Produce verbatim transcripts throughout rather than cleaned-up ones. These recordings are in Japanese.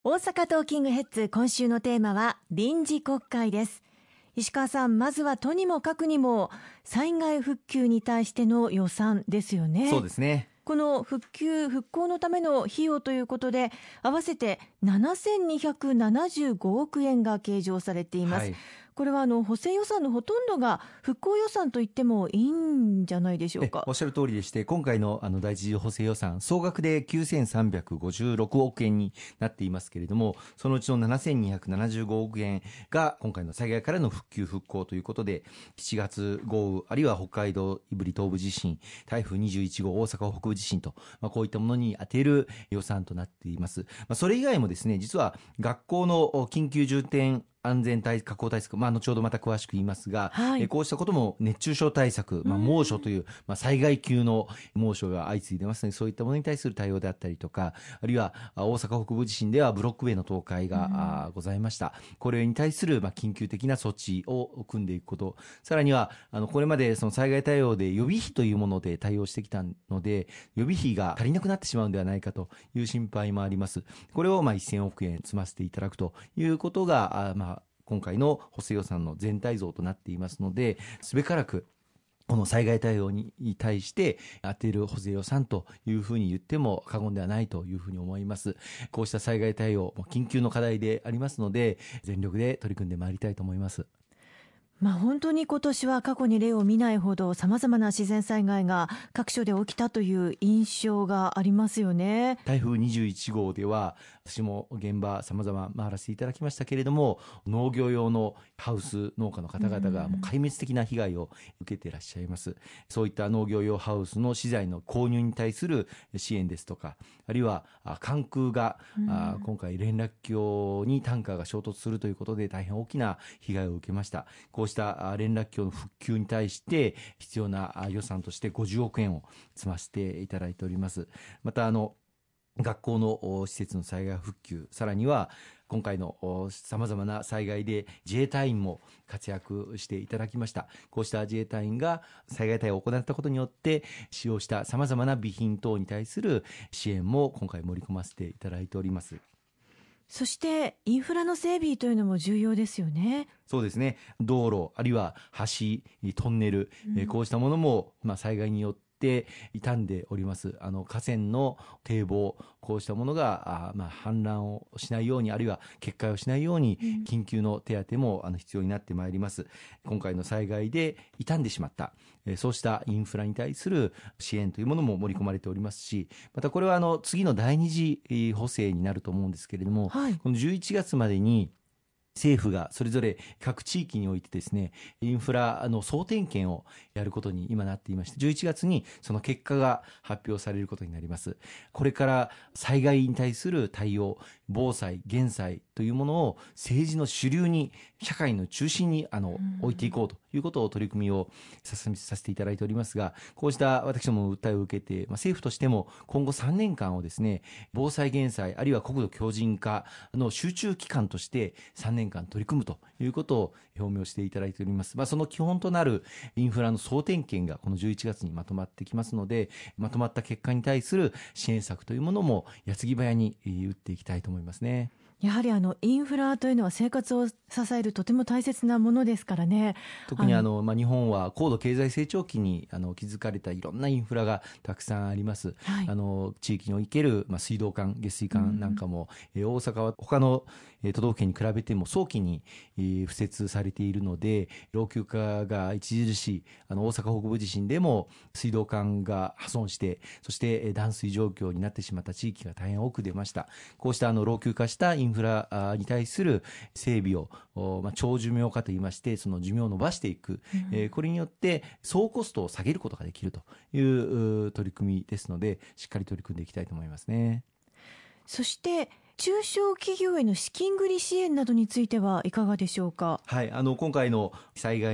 大阪トーキングヘッズ、今週のテーマは臨時国会です。石川さん、まずはとにもかくにも災害復旧に対しての予算ですよね。 そうですね。 この復旧復興のための費用ということで合わせてななせんにひゃくななじゅうごおくえんが計上されています、はい、これはあの補正予算のほとんどが復興予算と言ってもいいんじゃないでしょうか。 おっしゃる通りでして、今回のあの第一次補正予算総額できゅうせんさんびゃくごじゅうろくおくえんになっていますけれども、そのうちのななせんにひゃくななじゅうごおくえんが今回の災害からの復旧復興ということで、しちがつ豪雨あるいは北海道胆振東部地震、台風にじゅういちごう、大阪北部地震と、まあ、こういったものに充てる予算となっています。まあ、それ以外もですね、実は学校の緊急重点安全対確保対策、まあ、後ほどまた詳しく言いますが、はい、えこうしたことも熱中症対策、まあ、猛暑という、まあ、災害級の猛暑が相次いでますので、そういったものに対する対応であったりとか、あるいは大阪北部地震ではブロック塀の倒壊がございました。これに対する、まあ、緊急的な措置を組んでいくこと、さらにはあのこれまでその災害対応で予備費というもので対応してきたので、予備費が足りなくなってしまうのではないかという心配もあります。これをまあせんおくえん積ませていただくということが、あまあ今回の補正予算の全体像となっていますので、すべからくこの災害対応に対して充てる補正予算というふうに言っても過言ではないというふうに思います。こうした災害対応、緊急の課題でありますので、全力で取り組んでまいりたいと思います。 まあ、本当に今年は過去に例を見ないほどさまざまな自然災害が各所で起きたという印象がありますよね。 台風にじゅういちごうでは私も現場さまざま回らせていただきましたけれども、農業用のハウス農家の方々がもう壊滅的な被害を受けていらっしゃいます。そういった農業用ハウスの資材の購入に対する支援ですとか、あるいは関空が今回連絡橋にタンカーが衝突するということで大変大きな被害を受けました。こうした連絡橋の復旧に対して必要な予算としてごじゅうおくえんを積ませていただいております。またあの学校の施設の災害復旧、さらには今回のさまざまな災害で自衛隊員も活躍していただきました。こうした自衛隊員が災害対応を行ったことによって使用したさまざまな備品等に対する支援も今回盛り込ませていただいております。 そしてインフラの整備というのも重要ですよね。 そうですね。道路あるいは橋、トンネル、うん、こうしたものも、まあ、災害によって傷んでおります。あの河川の堤防、こうしたものがあ、まあ、氾濫をしないように、あるいは決壊をしないように、うん、緊急の手当もあの必要になってまいります。今回の災害で傷んでしまった、えー、そうしたインフラに対する支援というものも盛り込まれておりますし、またこれはあの次の第二次補正になると思うんですけれども、はい、このじゅういちがつまでに政府がそれぞれ各地域においてですね、インフラの総点検をやることに今なっていまして、じゅういちがつにその結果が発表されることになります。これから災害に対する対応、防災減災というものを政治の主流に、社会の中心にあの置いていこうということを取り組みをさせていただいておりますが、こうした私ども訴えを受けて、まあ、政府としても今後さんねんかんをですね、防災減災あるいは国土強靭化の集中期間としてさんねんかん取り組むということを表明していただいております。まあ、その基本となるインフラの総点検がこのじゅういちがつにまとまってきますので、まとまった結果に対する支援策というものも矢継ぎ早に打っていきたいと思いますね。 やはりあのインフラというのは生活を支えるとても大切なものですからね。 特にあの、まあ、日本は高度経済成長期にあの築かれたいろんなインフラがたくさんあります、はい、あの地域における、まあ、水道管下水管なんかも、うん、えー、大阪は他の、えー、都道府県に比べても早期に、えー、敷設されているので、老朽化が著しいあの大阪北部地震でも水道管が破損して、そして、えー、断水状況になってしまった地域が大変多く出ました。こうしたあの老朽化したインフラに対する整備を、まあ、長寿命化といいまして、その寿命を伸ばしていく、うん、えー、これによって総コストを下げることができるという取り組みですので、しっかり取り組んでいきたいと思いますね。 そして中小企業への資金繰り支援などについてはいかがでしょうか。 はい、あの今回の災害によって 、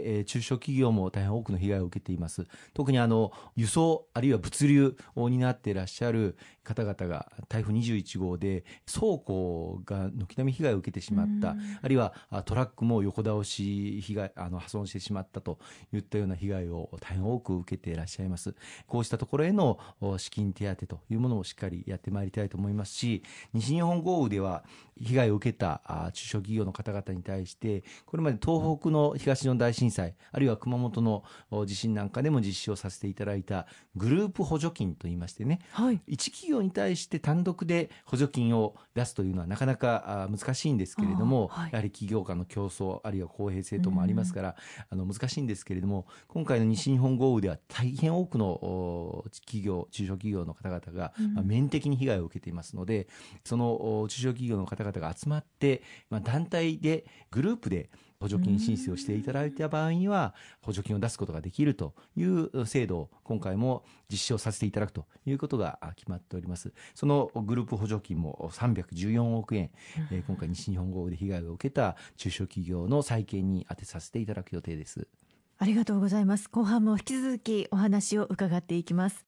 えー、中小企業も大変多くの被害を受けています。特にあの輸送あるいは物流を担っていらっしゃる方々が台風にじゅういちごうで倉庫が軒並み被害を受けてしまった、あるいはトラックも横倒し被害あの破損してしまったといったような被害を大変多く受けていらっしゃいます。こうしたところへの資金手当というものもしっかりやってまいりたいと思いますし、西日本豪雨では被害を受けた中小企業の方々に対してこれまで東北の東日本大震災あるいは熊本の地震なんかでも実施をさせていただいたグループ補助金といいましてね、はい、一企業に対して単独で補助金を出すというのはなかなか難しいんですけれども、はい、やはり企業間の競争あるいは公平性等もありますから、あの難しいんですけれども、今回の西日本豪雨では大変多くの企業中小企業の方々が面的に被害を受けていますので、その中小企業の方々が集まって、まあ、団体でグループで補助金申請をしていただいた場合には補助金を出すことができるという制度を今回も実施をさせていただくということが決まっております。そのグループ補助金もさんびゃくじゅうよんおくえん、えー、今回西日本豪雨で被害を受けた中小企業の再建に充てさせていただく予定です。 ありがとうございます。後半も引き続きお話を伺っていきます。